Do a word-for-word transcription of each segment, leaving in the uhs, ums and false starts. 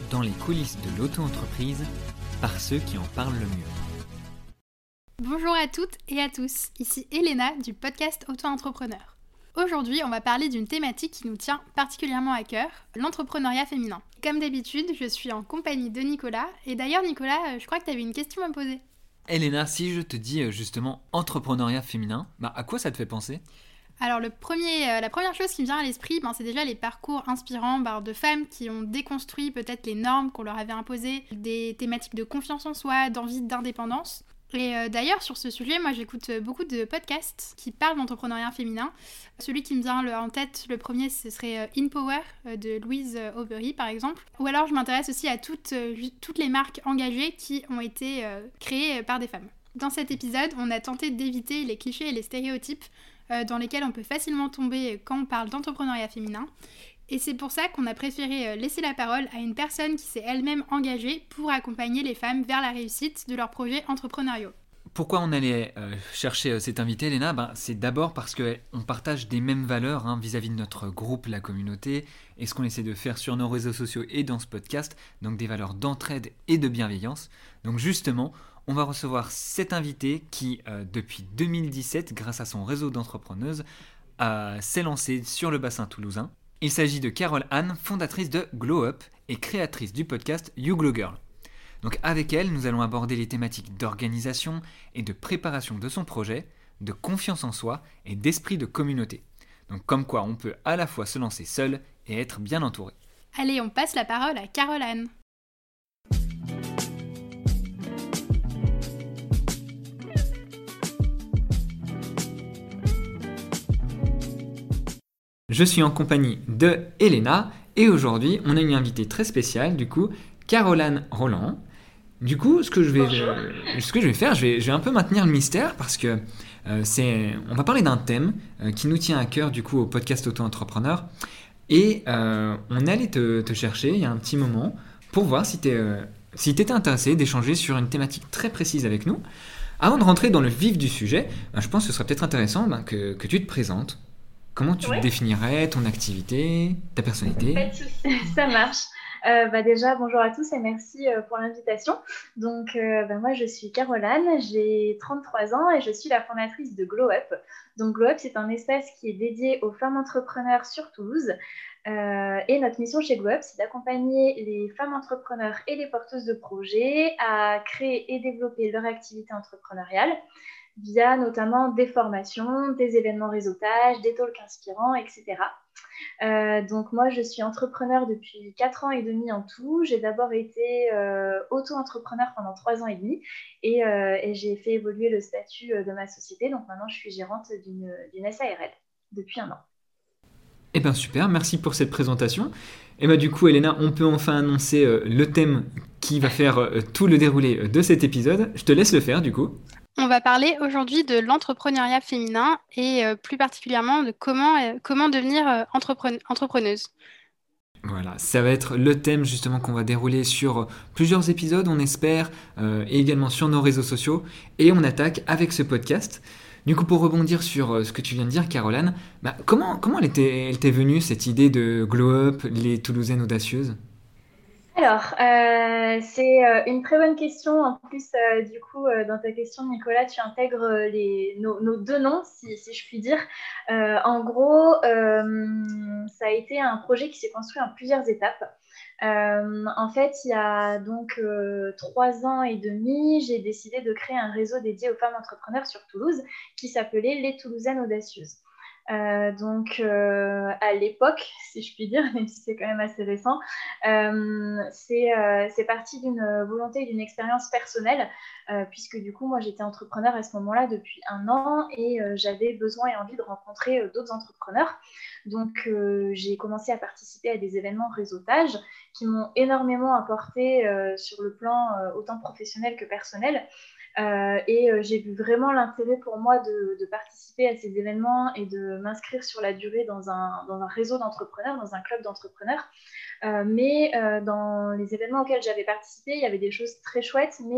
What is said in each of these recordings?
dans les coulisses de l'auto-entreprise par ceux qui en parlent le mieux. Bonjour à toutes et à tous, ici Elena du podcast Auto-entrepreneur. Aujourd'hui, on va parler d'une thématique qui nous tient particulièrement à cœur, l'entrepreneuriat féminin. Comme d'habitude, je suis en compagnie de Nicolas, et d'ailleurs Nicolas, je crois que tu avais une question à me poser. Elena, si je te dis justement entrepreneuriat féminin, bah à quoi ça te fait penser ? Alors le premier, euh, la première chose qui me vient à l'esprit, ben, c'est déjà les parcours inspirants ben, de femmes qui ont déconstruit peut-être les normes qu'on leur avait imposées, des thématiques de confiance en soi, d'envie d'indépendance. Et euh, d'ailleurs, sur ce sujet, moi j'écoute beaucoup de podcasts qui parlent d'entrepreneuriat féminin. Celui qui me vient le- en tête, le premier, ce serait euh, In Power euh, de Louise Aubery par exemple. Ou alors je m'intéresse aussi à toutes, euh, ju- toutes les marques engagées qui ont été euh, créées euh, par des femmes. Dans cet épisode, on a tenté d'éviter les clichés et les stéréotypes euh, dans lesquels on peut facilement tomber quand on parle d'entrepreneuriat féminin. Et c'est pour ça qu'on a préféré euh, laisser la parole à une personne qui s'est elle-même engagée pour accompagner les femmes vers la réussite de leurs projets entrepreneuriaux. Pourquoi on allait euh, chercher euh, cet invité, Elena ? Ben, c'est d'abord parce qu'on partage des mêmes valeurs hein, vis-à-vis de notre groupe, la communauté, et ce qu'on essaie de faire sur nos réseaux sociaux et dans ce podcast, donc des valeurs d'entraide et de bienveillance. Donc justement, on va recevoir cet invité qui, euh, depuis deux mille dix-sept, grâce à son réseau d'entrepreneuses, euh, s'est lancé sur le bassin toulousain. Il s'agit de Carole Anne, fondatrice de Glow Up et créatrice du podcast You Glow Girl. Donc avec elle, nous allons aborder les thématiques d'organisation et de préparation de son projet, de confiance en soi et d'esprit de communauté. Donc comme quoi on peut à la fois se lancer seul et être bien entouré. Allez, on passe la parole à Carole Anne. Je suis en compagnie de Elena et aujourd'hui on a une invitée très spéciale, du coup, Carole Anne Roland. Du coup, ce que je vais, euh, ce que je vais faire, je vais, je vais un peu maintenir le mystère parce que euh, c'est, on va parler d'un thème euh, qui nous tient à cœur du coup au podcast Auto-entrepreneur et euh, on allait te, te chercher il y a un petit moment pour voir si tu euh, si étais intéressé d'échanger sur une thématique très précise avec nous. Avant de rentrer dans le vif du sujet, ben, je pense que ce serait peut-être intéressant ben, que, que tu te présentes. Comment tu Oui, te définirais, ton activité, ta personnalité ? pas de souci, ça marche. Euh, bah déjà, bonjour à tous et merci euh, pour l'invitation. Donc, euh, bah, moi, je suis Carole Anne, j'ai trente-trois ans et je suis la fondatrice de Glow Up. Donc, Glow Up, c'est un espace qui est dédié aux femmes entrepreneurs sur Toulouse. Euh, et notre mission chez Glow Up, c'est d'accompagner les femmes entrepreneurs et les porteuses de projets à créer et développer leur activité entrepreneuriale via notamment des formations, des événements réseautage, des talks inspirants, et cetera. Euh, donc moi, je suis entrepreneur depuis quatre ans et demi en tout. J'ai d'abord été euh, auto-entrepreneur pendant trois ans et demi et, euh, et j'ai fait évoluer le statut euh, de ma société. Donc maintenant, je suis gérante d'une, d'une S A R L depuis un an. Eh bien super, merci pour cette présentation. Et bien du coup Elena, on peut enfin annoncer euh, le thème qui va faire euh, tout le déroulé euh, de cet épisode. Je te laisse le faire du coup. On va parler aujourd'hui de l'entrepreneuriat féminin et euh, plus particulièrement de comment, euh, comment devenir euh, entrepren- entrepreneuse. Voilà, ça va être le thème justement qu'on va dérouler sur euh, plusieurs épisodes, on espère, euh, et également sur nos réseaux sociaux. Et on attaque avec ce podcast. Du coup, pour rebondir sur euh, ce que tu viens de dire, Carole Anne, bah, comment, comment elle, était, elle t'est venue cette idée de Glow Up, les Toulousaines audacieuses ? Alors, euh, c'est euh, une très bonne question. En plus, euh, du coup, euh, dans ta question, Nicolas, tu intègres euh, les, nos, nos deux noms, si, si je puis dire. Euh, en gros, euh, ça a été un projet qui s'est construit en plusieurs étapes. Euh, en fait, il y a donc euh, trois ans et demi, j'ai décidé de créer un réseau dédié aux femmes entrepreneurs sur Toulouse qui s'appelait Les Toulousaines Audacieuses. Euh, donc, euh, à l'époque, si je puis dire, même si c'est quand même assez récent, euh, c'est, euh, c'est parti d'une volonté et d'une expérience personnelle, euh, puisque du coup, moi, j'étais entrepreneur à ce moment-là depuis un an et euh, j'avais besoin et envie de rencontrer euh, d'autres entrepreneurs. Donc, euh, j'ai commencé à participer à des événements réseautage qui m'ont énormément apporté euh, sur le plan euh, autant professionnel que personnel. Euh, et euh, j'ai vu vraiment l'intérêt pour moi de, de participer à ces événements et de m'inscrire sur la durée dans un, dans un réseau d'entrepreneurs, dans un club d'entrepreneurs. Euh, mais euh, dans les événements auxquels j'avais participé, il y avait des choses très chouettes, mais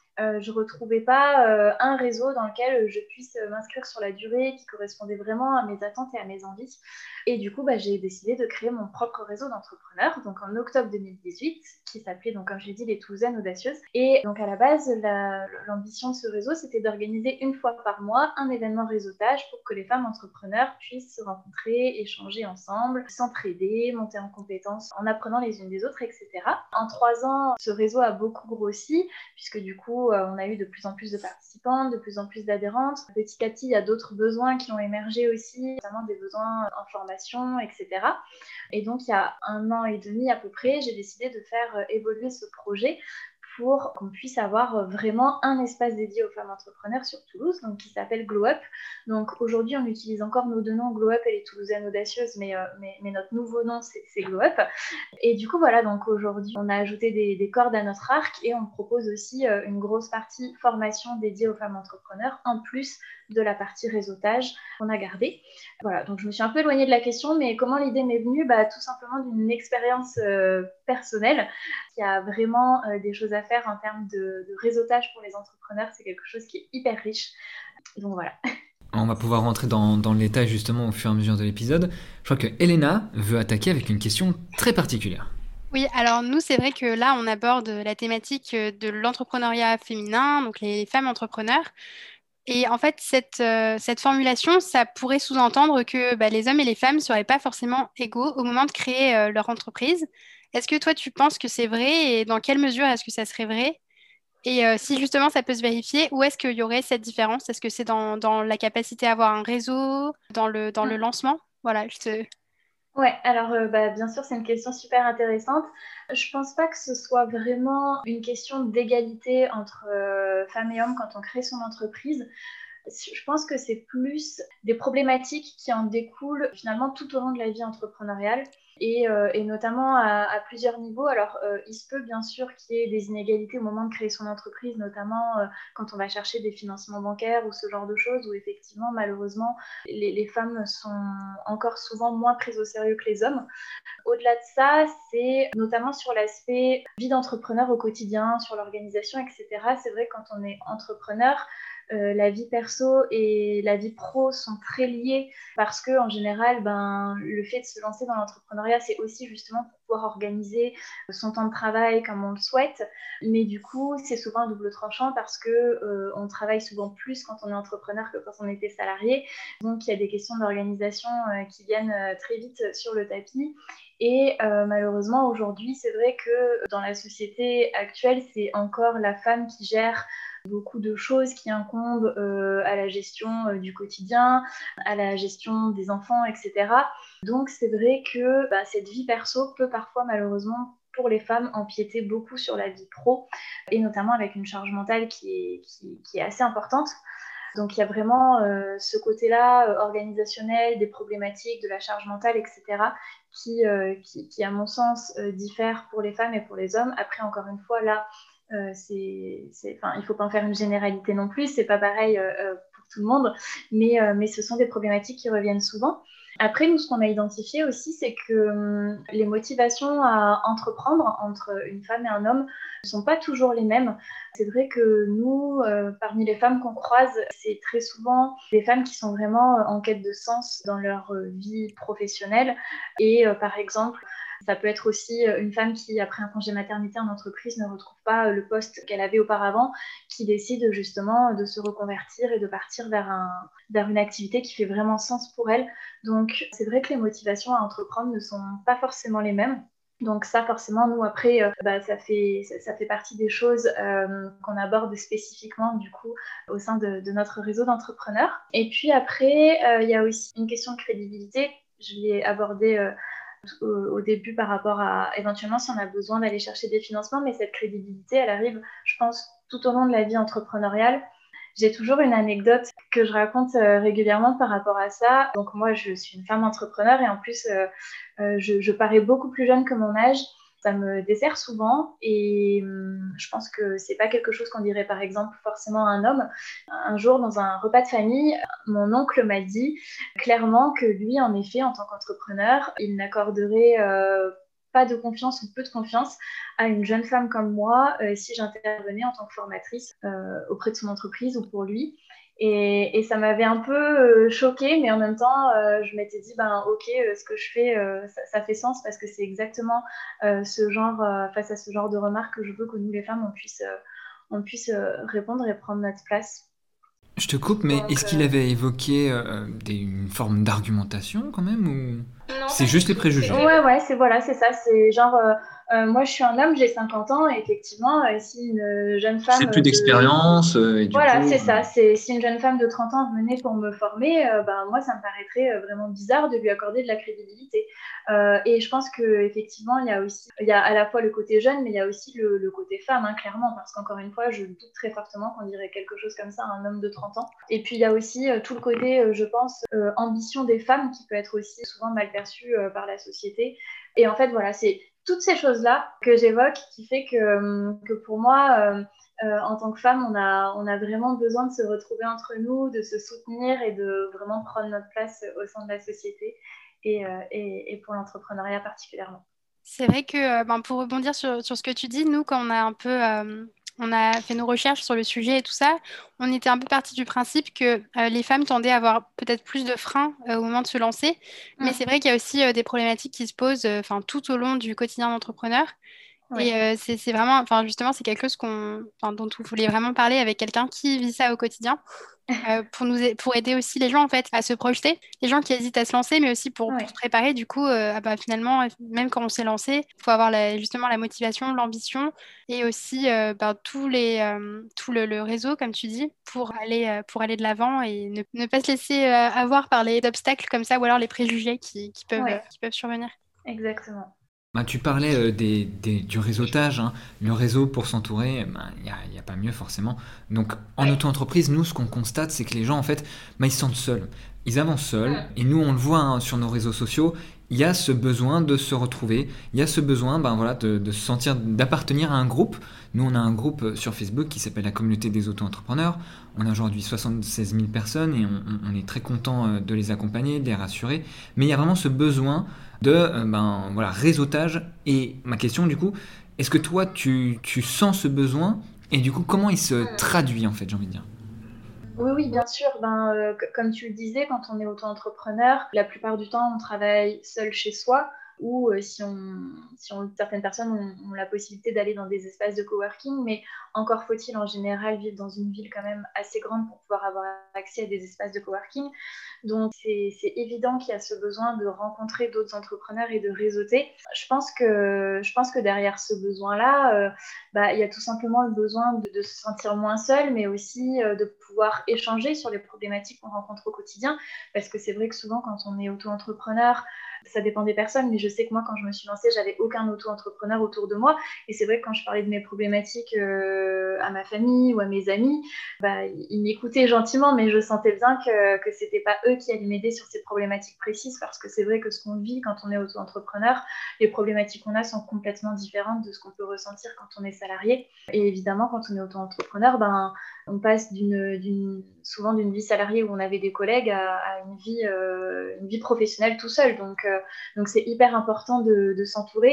euh, je ne retrouvais pas euh, un réseau dans lequel je puisse m'inscrire sur la durée qui correspondait vraiment à mes attentes et à mes envies. Et du coup, bah, j'ai décidé de créer mon propre réseau d'entrepreneurs, donc en octobre deux mille dix-huit, qui s'appelait, donc, comme je l'ai dit, les Toulousaines Audacieuses. Et donc à la base, la, l'ambition de ce réseau, c'était d'organiser une fois par mois un événement réseautage pour que les femmes entrepreneurs puissent se rencontrer, échanger ensemble, s'entraider, monter en compétences en apprenant les unes des autres, et cetera. En trois ans, ce réseau a beaucoup grossi, puisque du coup, on a eu de plus en plus de participantes, de plus en plus d'adhérentes. Petit à petit, il y a d'autres besoins qui ont émergé aussi, notamment des besoins en formation, et cetera. Et donc, il y a un an et demi à peu près, j'ai décidé de faire évoluer ce projet pour qu'on puisse avoir vraiment un espace dédié aux femmes entrepreneurs sur Toulouse, donc qui s'appelle Glow Up. Donc aujourd'hui, on utilise encore nos deux noms, Glow Up et les Toulousaines Audacieuses, mais, euh, mais, mais notre nouveau nom, c'est, c'est Glow Up. Et du coup, voilà, donc aujourd'hui, on a ajouté des, des cordes à notre arc et on propose aussi euh, une grosse partie formation dédiée aux femmes entrepreneurs, en plus de la partie réseautage qu'on a gardée. Voilà, donc je me suis un peu éloignée de la question, mais comment l'idée m'est venue? Bah, tout simplement d'une expérience euh, personnelle. Il y a vraiment euh, des choses à faire en termes de, de réseautage pour les entrepreneurs. C'est quelque chose qui est hyper riche. Donc voilà. On va pouvoir rentrer dans, dans le détail justement au fur et à mesure de l'épisode. Je crois que Elena veut attaquer avec une question très particulière. Oui, alors nous, c'est vrai que là, on aborde la thématique de l'entrepreneuriat féminin, donc les femmes entrepreneurs. Et en fait, cette, euh, cette formulation, ça pourrait sous-entendre que bah, les hommes et les femmes ne seraient pas forcément égaux au moment de créer euh, leur entreprise. Est-ce que toi, tu penses que c'est vrai et dans quelle mesure est-ce que ça serait vrai? Et euh, si justement ça peut se vérifier, où est-ce qu'il y aurait cette différence? Est-ce que c'est dans, dans la capacité à avoir un réseau, dans le, dans le lancement? Voilà, je te... Ouais, alors euh, bah, bien sûr, c'est une question super intéressante. Je pense pas que ce soit vraiment une question d'égalité entre euh, femmes et hommes quand on crée son entreprise. Je pense que c'est plus des problématiques qui en découlent finalement tout au long de la vie entrepreneuriale et, euh, et notamment à, à plusieurs niveaux. Alors, euh, il se peut bien sûr qu'il y ait des inégalités au moment de créer son entreprise, notamment euh, quand on va chercher des financements bancaires ou ce genre de choses où effectivement, malheureusement, les, les femmes sont encore souvent moins prises au sérieux que les hommes. Au-delà de ça, c'est notamment sur l'aspect vie d'entrepreneur au quotidien, sur l'organisation, et cetera. C'est vrai que quand on est entrepreneur, Euh, la vie perso et la vie pro sont très liées parce que en général, ben, le fait de se lancer dans l'entrepreneuriat, c'est aussi justement pour pouvoir organiser son temps de travail comme on le souhaite. Mais du coup, c'est souvent un double tranchant parce que euh, on travaille souvent plus quand on est entrepreneur que quand on était salarié. Donc, il y a des questions d'organisation euh, qui viennent euh, très vite sur le tapis. Et euh, malheureusement, aujourd'hui, c'est vrai que dans la société actuelle, c'est encore la femme qui gère beaucoup de choses qui incombent euh, à la gestion euh, du quotidien, à la gestion des enfants, et cetera. Donc c'est vrai que bah, cette vie perso peut parfois malheureusement pour les femmes empiéter beaucoup sur la vie pro et notamment avec une charge mentale qui est, qui, qui est assez importante. Donc il y a vraiment euh, ce côté-là euh, organisationnel, des problématiques, de la charge mentale, et cetera, qui, euh, qui, qui à mon sens, euh, diffèrent pour les femmes et pour les hommes. Après, encore une fois, là, euh, c'est, c'est, enfin, il ne faut pas en faire une généralité non plus, c'est pas pareil euh, pour tout le monde, mais, euh, mais ce sont des problématiques qui reviennent souvent. Après, nous, ce qu'on a identifié aussi, c'est que hum, les motivations à entreprendre entre une femme et un homme ne sont pas toujours les mêmes. C'est vrai que nous, euh, parmi les femmes qu'on croise, c'est très souvent des femmes qui sont vraiment en quête de sens dans leur euh, vie professionnelle. Et euh, par exemple, ça peut être aussi une femme qui, après un congé maternité en entreprise, ne retrouve pas le poste qu'elle avait auparavant, qui décide justement de se reconvertir et de partir vers, un, vers une activité qui fait vraiment sens pour elle. Donc, c'est vrai que les motivations à entreprendre ne sont pas forcément les mêmes. Donc ça, forcément, nous, après, euh, bah, ça, fait, ça, ça fait partie des choses euh, qu'on aborde spécifiquement, du coup, au sein de, de notre réseau d'entrepreneurs. Et puis après, euh, il y a aussi une question de crédibilité. Je l'ai abordée euh, au début par rapport à éventuellement si on a besoin d'aller chercher des financements, mais cette crédibilité, elle arrive, je pense, tout au long de la vie entrepreneuriale. J'ai toujours une anecdote que je raconte euh, régulièrement par rapport à ça. Donc moi, je suis une femme entrepreneur et en plus, euh, euh, je, je parais beaucoup plus jeune que mon âge. Ça me dessert souvent et hum, je pense que c'est pas quelque chose qu'on dirait par exemple forcément à un homme. Un jour, dans un repas de famille, mon oncle m'a dit clairement que lui, en effet, en tant qu'entrepreneur, il n'accorderait euh, pas de confiance ou peu de confiance à une jeune femme comme moi euh, si j'intervenais en tant que formatrice euh, auprès de son entreprise ou pour lui. Et, et ça m'avait un peu euh, choquée, mais en même temps, euh, je m'étais dit, ben ok, euh, ce que je fais, euh, ça, ça fait sens parce que c'est exactement euh, ce genre, euh, face à ce genre de remarques que je veux que nous, les femmes, on puisse, euh, on puisse euh, répondre et prendre notre place. Je te coupe, mais Donc, est-ce qu'il euh, avait évoqué euh, des, une forme d'argumentation quand même ou Non, c'est juste les préjugés? Ouais, ouais, c'est voilà, c'est ça. C'est genre, euh, euh, moi, je suis un homme, j'ai cinquante ans, et effectivement, euh, si une jeune femme C'est plus de d'expérience euh, et du Voilà, coup, c'est ça. C'est, si une jeune femme de trente ans venait pour me former, euh, ben, moi, ça me paraîtrait euh, vraiment bizarre de lui accorder de la crédibilité. Euh, et je pense qu'effectivement, il y a aussi, il y a à la fois le côté jeune, mais il y a aussi le, le côté femme, hein, clairement, parce qu'encore une fois, je doute très fortement qu'on dirait quelque chose comme ça à un homme de trente ans. Et puis, il y a aussi euh, tout le côté, euh, je pense, euh, ambition des femmes, qui peut être aussi souvent mal perçue euh, par la société. Et en fait, voilà, c'est toutes ces choses-là que j'évoque qui fait que, que pour moi... Euh, Euh, en tant que femme, on a, on a vraiment besoin de se retrouver entre nous, de se soutenir et de vraiment prendre notre place au sein de la société et, euh, et, et pour l'entrepreneuriat particulièrement. C'est vrai que ben, pour rebondir sur, sur ce que tu dis, nous, quand on a un peu euh, on a fait nos recherches sur le sujet et tout ça, on était un peu parti du principe que euh, les femmes tendaient à avoir peut-être plus de freins euh, au moment de se lancer. Mais Mm. c'est vrai qu'il y a aussi euh, des problématiques qui se posent euh, enfin, tout au long du quotidien d'entrepreneur. Ouais. Et euh, c'est c'est vraiment, enfin justement, c'est quelque chose qu'on, enfin, dont on voulait vraiment parler avec quelqu'un qui vit ça au quotidien, euh, pour nous, a- pour aider aussi les gens en fait à se projeter, les gens qui hésitent à se lancer, mais aussi pour, Ouais. pour se préparer. Du coup, euh, ah bah, finalement, même quand on s'est lancé, il faut avoir la- justement la motivation, l'ambition et aussi euh, bah, tous les, euh, tout le, le réseau, comme tu dis, pour aller, euh, pour aller de l'avant et ne, ne pas se laisser euh, avoir par les obstacles comme ça ou alors les préjugés qui, qui peuvent, Ouais. euh, qui peuvent survenir. Exactement. Bah, tu parlais euh, des, des- du réseautage, hein. Le réseau pour s'entourer, il n'y a, y a pas mieux forcément. Donc en Ouais. auto-entreprise, nous ce qu'on constate, c'est que les gens en fait, bah, ils se sentent seuls. Ils avancent seuls, et nous on le voit hein, sur nos réseaux sociaux, il y a ce besoin de se retrouver, il y a ce besoin ben, voilà, de, de se sentir, d'appartenir à un groupe. Nous on a un groupe euh, sur Facebook qui s'appelle la communauté des auto-entrepreneurs. On a aujourd'hui soixante-seize mille personnes et on, on- on est très content euh, de les accompagner, de les rassurer. Mais il y a vraiment ce besoin de euh, ben, voilà, réseautage. Et ma question du coup, est-ce que toi tu, tu sens ce besoin et du coup comment il se traduit en fait, j'ai envie de dire? Oui, oui, bien sûr. Ben, euh, c- comme tu le disais, quand on est auto-entrepreneur, la plupart du temps, on travaille seul chez soi ou euh, si, on, si on, certaines personnes ont, ont la possibilité d'aller dans des espaces de coworking, mais encore faut-il en général vivre dans une ville quand même assez grande pour pouvoir avoir accès à des espaces de coworking. Donc, c'est c'est évident qu'il y a ce besoin de rencontrer d'autres entrepreneurs et de réseauter. Je pense que, je pense que derrière ce besoin-là, euh, bah, il y a tout simplement le besoin de, de se sentir moins seul, mais aussi euh, de pouvoir échanger sur les problématiques qu'on rencontre au quotidien. Parce que c'est vrai que souvent, quand on est auto-entrepreneur, ça dépend des personnes, mais je sais que moi, quand je me suis lancée, j'avais aucun auto-entrepreneur autour de moi. Et c'est vrai que quand je parlais de mes problématiques euh, à ma famille ou à mes amis, bah, ils m'écoutaient gentiment, mais je sentais bien que, que c'était pas eux qui allaient m'aider sur ces problématiques précises, parce que c'est vrai que ce qu'on vit quand on est auto-entrepreneur, les problématiques qu'on a sont complètement différentes de ce qu'on peut ressentir quand on est salarié. Et évidemment, quand on est auto-entrepreneur, ben, on passe d'une, d'une, souvent d'une vie salariée où on avait des collègues à, à une, vie, euh, une vie professionnelle tout seul. Donc, euh, donc c'est hyper important de, de s'entourer.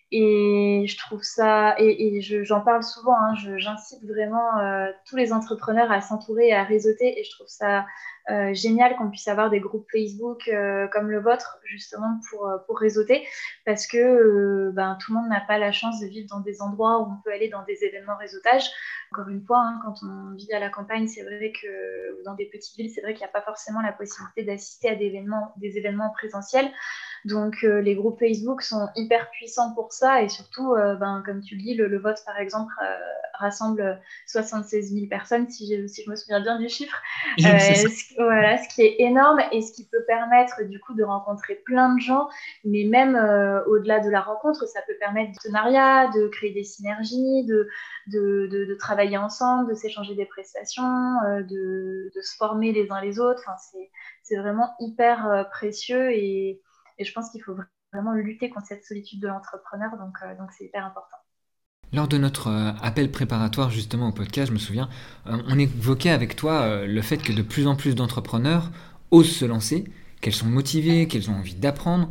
Et je trouve ça, et, et je, j'en parle souvent, hein, je, j'incite vraiment euh, tous les entrepreneurs à s'entourer et à réseauter. Et je trouve ça euh, génial qu'on puisse avoir des groupes Facebook euh, comme le vôtre, justement, pour, pour réseauter. Parce que euh, ben, tout le monde n'a pas la chance de vivre dans des endroits où on peut aller dans des événements réseautage. Encore une fois, hein, quand on vit à la campagne, c'est vrai que dans des petites villes, c'est vrai qu'il n'y a pas forcément la possibilité d'assister à des événements, des événements présentiels. Donc euh, les groupes Facebook sont hyper puissants pour ça et surtout, euh, ben, comme tu le dis, le, le vote par exemple euh, rassemble soixante-seize mille personnes si, j'ai, si je me souviens bien du chiffre. Euh, ce, voilà, ce qui est énorme et ce qui peut permettre du coup de rencontrer plein de gens, mais même euh, au-delà de la rencontre, ça peut permettre de partenariat, de créer des synergies, de, de, de, de travailler ensemble, de s'échanger des prestations, euh, de, de se former les uns les autres. Enfin, c'est, c'est vraiment hyper euh, précieux et Et je pense qu'il faut vraiment lutter contre cette solitude de l'entrepreneur, donc euh, donc c'est hyper important. Lors de notre euh, appel préparatoire justement au podcast, je me souviens, euh, on évoquait avec toi euh, le fait que de plus en plus d'entrepreneurs osent se lancer, qu'elles sont motivées, qu'elles ont envie d'apprendre.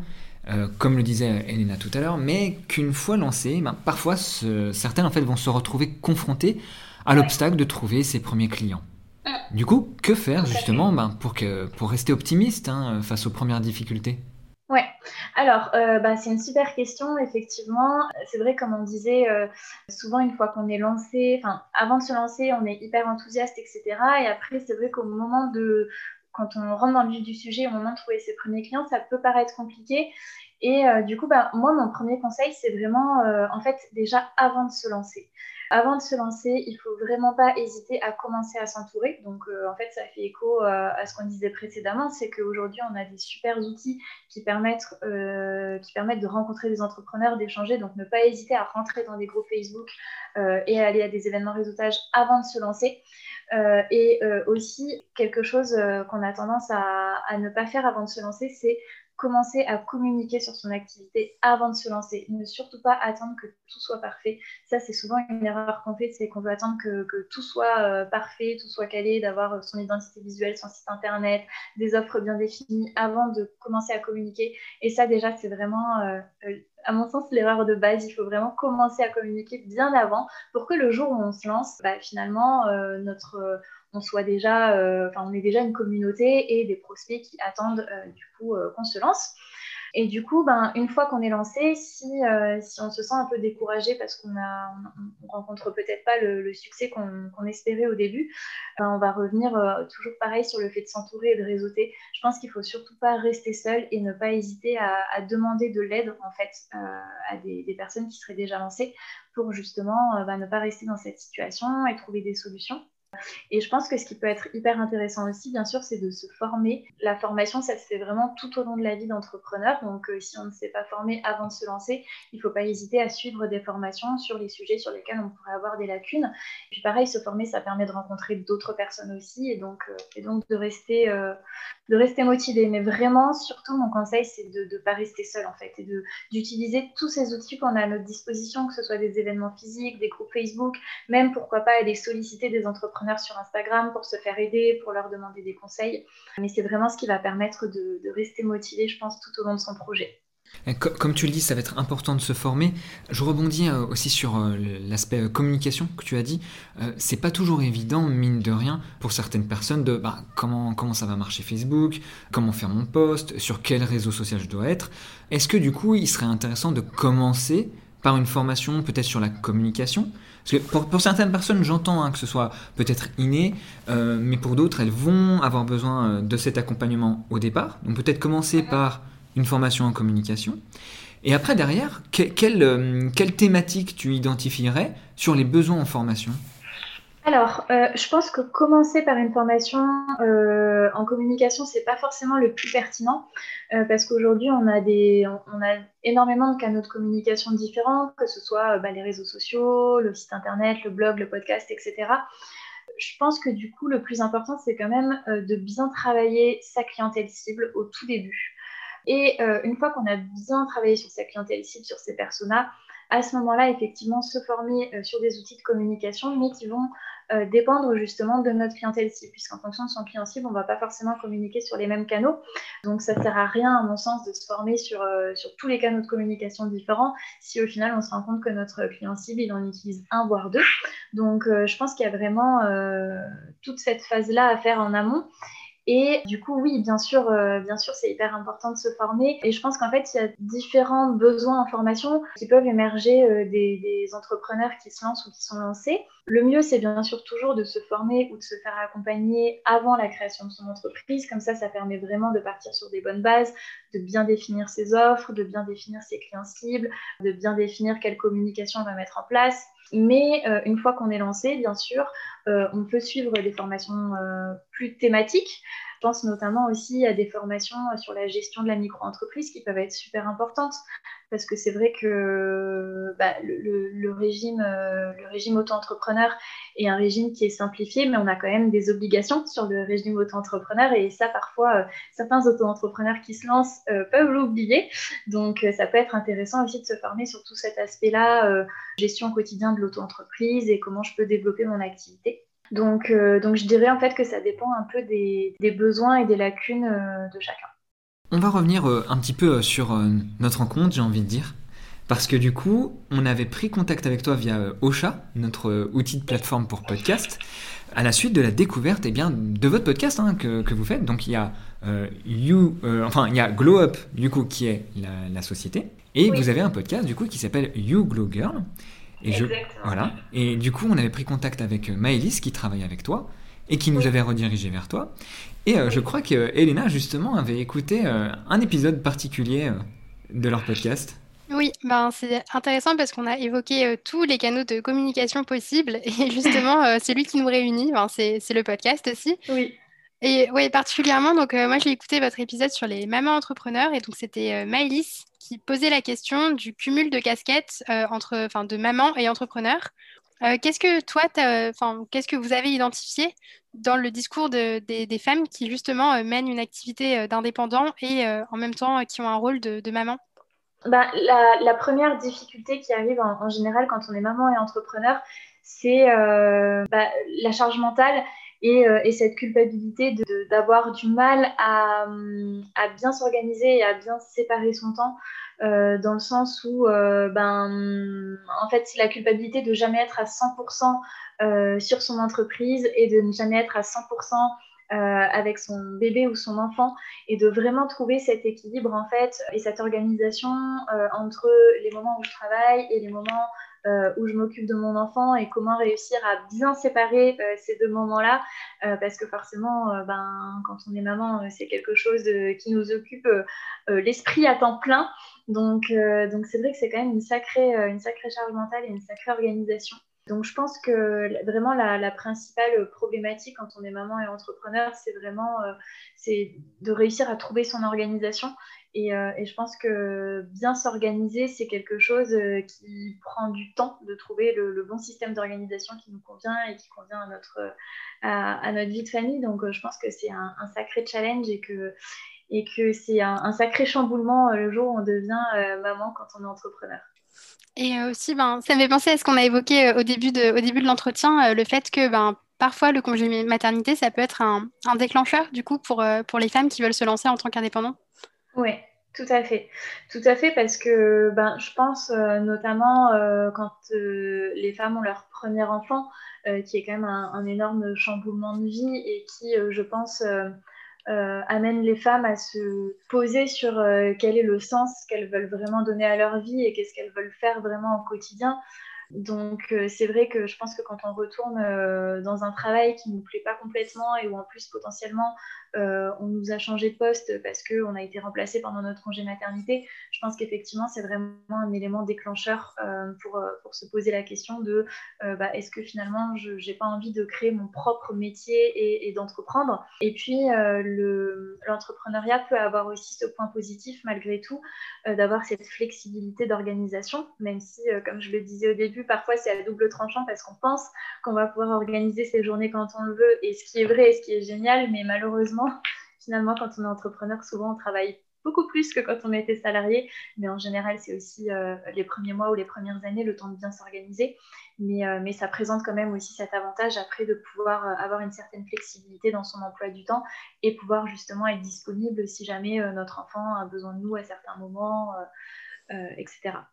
euh, comme le disait Elena tout à l'heure, mais qu'une fois lancé, ben, parfois ce, certaines en fait, vont se retrouver confrontées à Ouais. l'obstacle de trouver ses premiers clients. Mm. Du coup, que faire Tout à fait. justement ben, pour, que, pour rester optimiste hein, face aux premières difficultés? Ouais, alors euh, bah, c'est une super question, effectivement. C'est vrai, comme on disait, euh, souvent une fois qu'on est lancé, enfin avant de se lancer, on est hyper enthousiaste, et cetera. Et après, c'est vrai qu'au moment de, quand on rentre dans le vif du sujet, au moment de trouver ses premiers clients, ça peut paraître compliqué. Et euh, du coup, bah, moi, mon premier conseil, c'est vraiment, euh, en fait, déjà avant de se lancer. Avant de se lancer, il faut vraiment pas hésiter à commencer à s'entourer. Donc, euh, en fait, ça fait écho euh, à ce qu'on disait précédemment, c'est qu'aujourd'hui, on a des super outils qui permettent, euh, qui permettent de rencontrer des entrepreneurs, d'échanger. Donc, ne pas hésiter à rentrer dans des groupes Facebook euh, et à aller à des événements réseautage avant de se lancer. Euh, et euh, aussi, quelque chose euh, qu'on a tendance à, à ne pas faire avant de se lancer, c'est commencer à communiquer sur son activité avant de se lancer. Ne surtout pas attendre que tout soit parfait. Ça, c'est souvent une erreur qu'on fait, c'est qu'on veut attendre que, que tout soit euh, parfait, tout soit calé, d'avoir son identité visuelle, son site internet, des offres bien définies avant de commencer à communiquer. Et ça, déjà, c'est vraiment, euh, à mon sens, l'erreur de base. Il faut vraiment commencer à communiquer bien avant pour que le jour où on se lance, bah, finalement, euh, notre... Euh, on soit déjà, euh, enfin, on est déjà une communauté et des prospects qui attendent euh, du coup euh, qu'on se lance. Et du coup, ben, une fois qu'on est lancé, si, euh, si on se sent un peu découragé parce qu'on a, on, on rencontre peut-être pas le, le succès qu'on qu'on espérait au début, ben, on va revenir euh, toujours pareil sur le fait de s'entourer et de réseauter. Je pense qu'il faut surtout pas rester seul et ne pas hésiter à, à demander de l'aide en fait euh, à des, des personnes qui seraient déjà lancées pour justement euh, ben, ne pas rester dans cette situation et trouver des solutions. Et je pense que ce qui peut être hyper intéressant aussi, bien sûr, c'est de se former. La formation, ça se fait vraiment tout au long de la vie d'entrepreneur. Donc, euh, si on ne s'est pas formé avant de se lancer, il ne faut pas hésiter à suivre des formations sur les sujets sur lesquels on pourrait avoir des lacunes. Et puis, pareil, se former, ça permet de rencontrer d'autres personnes aussi et donc, euh, et donc de rester, euh, de rester motivé. Mais vraiment, surtout, mon conseil, c'est de ne pas rester seul, en fait, et de, d'utiliser tous ces outils qu'on a à notre disposition, que ce soit des événements physiques, des groupes Facebook, même, pourquoi pas, aller solliciter des entrepreneurs sur Instagram pour se faire aider, pour leur demander des conseils. Mais c'est vraiment ce qui va permettre de, de rester motivé, je pense, tout au long de son projet. Comme tu le dis, ça va être important de se former. Je rebondis aussi sur l'aspect communication que tu as dit. C'est pas toujours évident, mine de rien, pour certaines personnes de bah, comment, comment ça va marcher Facebook, comment faire mon post, sur quel réseau social je dois être. Est-ce que du coup, il serait intéressant de commencer par une formation peut-être sur la communication? Parce que pour, pour certaines personnes, j'entends hein, que ce soit peut-être inné, euh, mais pour d'autres, elles vont avoir besoin de cet accompagnement au départ. Donc peut-être commencer par une formation en communication. Et après, derrière, que, quelle, euh, quelle thématique tu identifierais sur les besoins en formation? Alors, euh, je pense que commencer par une formation euh, en communication, c'est pas forcément le plus pertinent euh, parce qu'aujourd'hui, on a des, on, on a énormément de canaux de communication différents, que ce soit euh, bah, les réseaux sociaux, le site internet, le blog, le podcast, et cetera. Je pense que du coup, le plus important, c'est quand même euh, de bien travailler sa clientèle cible au tout début. Et euh, une fois qu'on a bien travaillé sur sa clientèle cible, sur ses personas, à ce moment-là, effectivement, se former euh, sur des outils de communication, mais qui vont euh, dépendre justement de notre clientèle cible, puisqu'en fonction de son client cible, on ne va pas forcément communiquer sur les mêmes canaux. Donc, ça ne sert à rien, à mon sens, de se former sur, euh, sur tous les canaux de communication différents, si au final, on se rend compte que notre client cible, il en utilise un, voire deux. Donc, euh, je pense qu'il y a vraiment euh, toute cette phase-là à faire en amont. Et du coup, oui, bien sûr, euh, bien sûr, c'est hyper important de se former. Et je pense qu'en fait, il y a différents besoins en formation qui peuvent émerger euh, des, des entrepreneurs qui se lancent ou qui sont lancés. Le mieux, c'est bien sûr toujours de se former ou de se faire accompagner avant la création de son entreprise. Comme ça, ça permet vraiment de partir sur des bonnes bases, de bien définir ses offres, de bien définir ses clients cibles, de bien définir quelle communication on va mettre en place. Mais euh, une fois qu'on est lancé, bien sûr, euh, on peut suivre des formations euh, plus thématiques. Je pense notamment aussi à des formations sur la gestion de la micro-entreprise qui peuvent être super importantes parce que c'est vrai que bah, le, le, le régime, euh, le régime auto-entrepreneur est un régime qui est simplifié, mais on a quand même des obligations sur le régime auto-entrepreneur et ça, parfois, euh, certains auto-entrepreneurs qui se lancent euh, peuvent l'oublier. Donc, euh, ça peut être intéressant aussi de se former sur tout cet aspect-là, euh, gestion quotidienne de l'auto-entreprise et comment je peux développer mon activité. Donc, euh, donc, je dirais en fait que ça dépend un peu des, des besoins et des lacunes euh, de chacun. On va revenir euh, un petit peu euh, sur euh, notre rencontre, j'ai envie de dire. Parce que du coup, on avait pris contact avec toi via euh, Ocha, notre euh, outil de plateforme pour podcast, à la suite de la découverte eh bien, de votre podcast hein, que, que vous faites. Donc il y a euh, You, euh, enfin il y a Glow Up du coup qui est la, la société, et Oui, vous avez un podcast du coup qui s'appelle You Glow Girl. Et je, exactement. voilà. Et du coup, on avait pris contact avec euh, Maëlys qui travaille avec toi et qui nous Oui, avait redirigé vers toi. Et euh, je oui. crois que euh, Elena justement avait écouté euh, un épisode particulier euh, de leur podcast. Oui, ben, c'est intéressant parce qu'on a évoqué euh, tous les canaux de communication possibles et justement, euh, celui qui nous réunit, ben, c'est, c'est le podcast aussi. Oui, Et oui, particulièrement, donc euh, moi j'ai écouté votre épisode sur les mamans entrepreneurs et donc c'était euh, Maëlys qui posait la question du cumul de casquettes euh, entre, enfin, de maman et entrepreneur. Euh, qu'est-ce que toi, t'as- enfin, qu'est-ce que vous avez identifié dans le discours de- des, des femmes qui justement euh, mènent une activité euh, d'indépendant et euh, en même temps euh, qui ont un rôle de, de maman? bah, la, la première difficulté qui arrive en, en général quand on est maman et entrepreneur, c'est euh, bah, la charge mentale et, euh, et cette culpabilité de- de- d'avoir du mal à, hum, à bien s'organiser et à bien séparer son temps, euh, dans le sens où, euh, ben, en fait, c'est la culpabilité de jamais être à cent pour cent euh, sur son entreprise et de ne jamais être à cent pour cent euh, avec son bébé ou son enfant, et de vraiment trouver cet équilibre en fait et cette organisation euh, entre les moments où je travaille et les moments euh, où je m'occupe de mon enfant, et comment réussir à bien séparer euh, ces deux moments-là, euh, parce que forcément, euh, ben, quand on est maman, euh, c'est quelque chose euh, qui nous occupe euh, euh, l'esprit à temps plein. Donc, euh, donc c'est vrai que c'est quand même une sacrée, euh, une sacrée charge mentale et une sacrée organisation. Donc, je pense que vraiment la, la principale problématique quand on est maman et entrepreneur, c'est vraiment euh, c'est de réussir à trouver son organisation. Et, euh, et je pense que bien s'organiser, c'est quelque chose euh, qui prend du temps de trouver le, le bon système d'organisation qui nous convient et qui convient à notre, à, à notre vie de famille. Donc, euh, je pense que c'est un, un sacré challenge, et que, et que c'est un, un sacré chamboulement euh, le jour où on devient euh, maman quand on est entrepreneur. Et euh, aussi, ben, ça me fait penser à ce qu'on a évoqué euh, au début de, au début de l'entretien, euh, le fait que ben, parfois le congé maternité, ça peut être un, un déclencheur du coup pour, euh, pour les femmes qui veulent se lancer en tant qu'indépendantes. Oui, tout à fait. Tout à fait, parce que ben, je pense euh, notamment euh, quand euh, les femmes ont leur premier enfant, euh, qui est quand même un, un énorme chamboulement de vie, et qui, euh, je pense, euh, euh, amène les femmes à se poser sur euh, quel est le sens qu'elles veulent vraiment donner à leur vie et qu'est-ce qu'elles veulent faire vraiment au quotidien. Donc, euh, c'est vrai que je pense que quand on retourne euh, dans un travail qui ne nous plaît pas complètement, et où en plus potentiellement euh, on nous a changé de poste parce qu'on a été remplacé pendant notre congé maternité, je pense qu'effectivement c'est vraiment un élément déclencheur euh, pour, euh, pour se poser la question de euh, bah, est-ce que finalement je n'ai pas envie de créer mon propre métier et, et d'entreprendre. Et puis euh, le, l'entrepreneuriat peut avoir aussi ce point positif malgré tout, euh, d'avoir cette flexibilité d'organisation, même si, euh, comme je le disais au début, parfois c'est à double tranchant, parce qu'on pense qu'on va pouvoir organiser ses journées quand on le veut, et ce qui est vrai et ce qui est génial, mais malheureusement, finalement, quand on est entrepreneur, souvent on travaille beaucoup plus que quand on était salarié, mais en général, c'est aussi euh, les premiers mois ou les premières années, le temps de bien s'organiser, mais, euh, mais ça présente quand même aussi cet avantage après de pouvoir euh, avoir une certaine flexibilité dans son emploi du temps, et pouvoir justement être disponible si jamais euh, notre enfant a besoin de nous à certains moments, euh, euh, et cetera.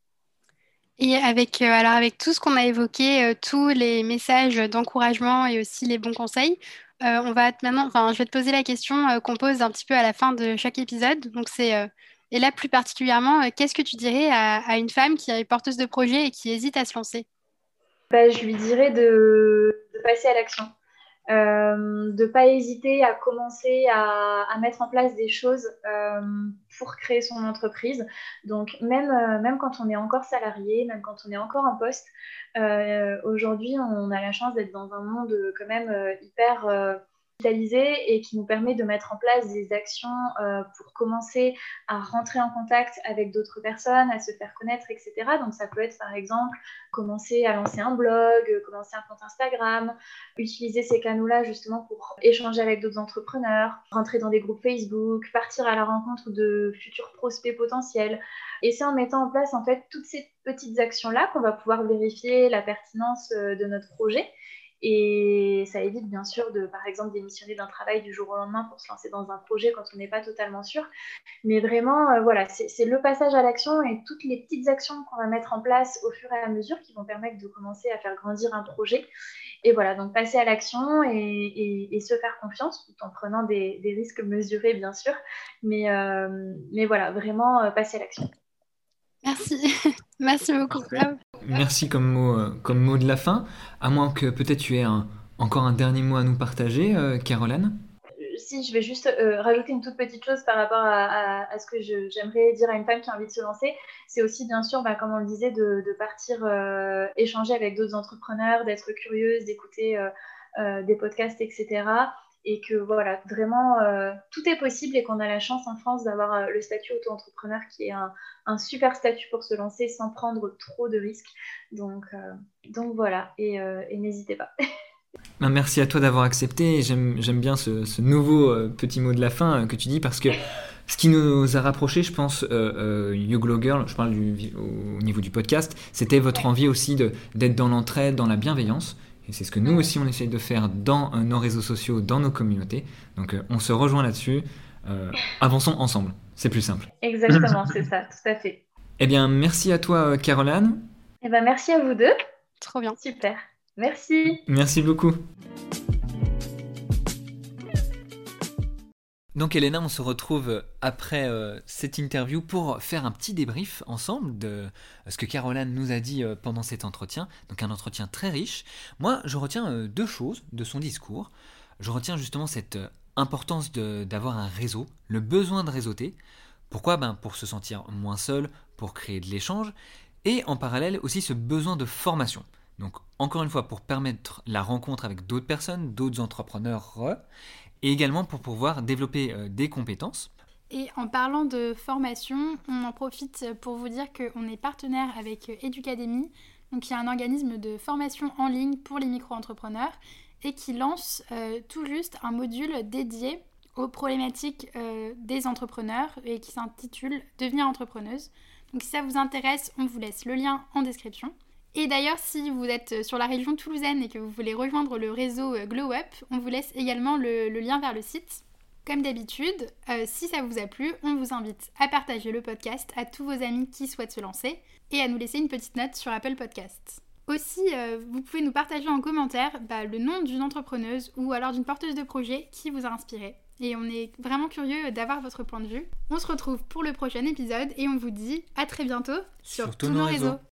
Et avec, euh, alors avec tout ce qu'on a évoqué, euh, tous les messages d'encouragement et aussi les bons conseils, euh, on va te- maintenant, enfin, je vais te poser la question euh, qu'on pose un petit peu à la fin de chaque épisode. Donc c'est, euh, et là plus particulièrement, euh, qu'est-ce que tu dirais à, à une femme qui est porteuse de projet et qui hésite à se lancer? Bah, je lui dirais de, de passer à l'action. Euh, de ne pas hésiter à commencer à, à, mettre en place des choses euh, pour créer son entreprise. Donc même, euh, même quand on est encore salarié, même quand on est encore en poste, euh, aujourd'hui on a la chance d'être dans un monde quand même euh, hyper euh, digitalisé, et qui nous permet de mettre en place des actions euh, pour commencer à rentrer en contact avec d'autres personnes, à se faire connaître, et cetera. Donc ça peut être par exemple commencer à lancer un blog, commencer un compte Instagram, utiliser ces canaux-là justement pour échanger avec d'autres entrepreneurs, rentrer dans des groupes Facebook, partir à la rencontre de futurs prospects potentiels. Et c'est en mettant en place en fait toutes ces petites actions-là qu'on va pouvoir vérifier la pertinence de notre projet, Et ça évite bien sûr de, par exemple, démissionner d'un travail du jour au lendemain pour se lancer dans un projet quand on n'est pas totalement sûr. Mais vraiment, euh, voilà, c'est, c'est le passage à l'action et toutes les petites actions qu'on va mettre en place au fur et à mesure qui vont permettre de commencer à faire grandir un projet. Et voilà, donc passer à l'action et, et, et se faire confiance tout en prenant des, des risques mesurés, bien sûr. Mais, euh, mais voilà, vraiment euh, passer à l'action. Merci, merci beaucoup. Merci comme mot, euh, comme mot de la fin, à moins que peut-être tu aies un, encore un dernier mot à nous partager, euh, Caroline. Si, je vais juste euh, rajouter une toute petite chose par rapport à, à, à ce que je, j'aimerais dire à une femme qui a envie de se lancer. C'est aussi, bien sûr, bah, comme on le disait, de, de partir euh, échanger avec d'autres entrepreneurs, d'être curieuse, d'écouter euh, euh, des podcasts, et cetera. Et que voilà, vraiment, euh, tout est possible et qu'on a la chance en France d'avoir euh, le statut auto-entrepreneur qui est un, un super statut pour se lancer sans prendre trop de risques. Donc, euh, donc voilà, et, euh, et n'hésitez pas. Merci à toi d'avoir accepté. J'aime, j'aime bien ce, ce nouveau euh, petit mot de la fin euh, que tu dis parce que ce qui nous a rapprochés, je pense, euh, euh, You Glow Girl, je parle du, au niveau du podcast, c'était votre envie aussi de, d'être dans l'entraide, dans la bienveillance. Et c'est ce que nous aussi on essaye de faire dans euh, nos réseaux sociaux, dans nos communautés. Donc euh, on se rejoint là-dessus. Euh, avançons ensemble. C'est plus simple. Exactement, c'est ça, tout à fait. Eh bien, merci à toi, Caroline. Eh ben, merci à vous deux. Trop bien. Super. Merci. Merci beaucoup. Donc Elena, on se retrouve après euh, cette interview pour faire un petit débrief ensemble de ce que Caroline nous a dit euh, pendant cet entretien. Donc un entretien très riche. Moi, je retiens euh, deux choses de son discours. Je retiens justement cette euh, importance de, d'avoir un réseau, le besoin de réseauter. Pourquoi ? Ben, pour se sentir moins seul, pour créer de l'échange. Et en parallèle aussi ce besoin de formation. Donc encore une fois pour permettre la rencontre avec d'autres personnes, d'autres entrepreneurs, et également pour pouvoir développer euh, des compétences. Et en parlant de formation, on en profite pour vous dire qu'on est partenaire avec Educademy, donc il y a un organisme de formation en ligne pour les micro-entrepreneurs et qui lance euh, tout juste un module dédié aux problématiques euh, des entrepreneurs et qui s'intitule « Devenir entrepreneuse ». Donc si ça vous intéresse, on vous laisse le lien en description. Et d'ailleurs, si vous êtes sur la région toulousaine et que vous voulez rejoindre le réseau Glow Up, on vous laisse également le, le lien vers le site. Comme d'habitude, euh, si ça vous a plu, on vous invite à partager le podcast à tous vos amis qui souhaitent se lancer et à nous laisser une petite note sur Apple Podcasts. Aussi, euh, vous pouvez nous partager en commentaire bah, le nom d'une entrepreneuse ou alors d'une porteuse de projet qui vous a inspiré. Et on est vraiment curieux d'avoir votre point de vue. On se retrouve pour le prochain épisode et on vous dit à très bientôt sur, sur tous nos réseaux. réseaux.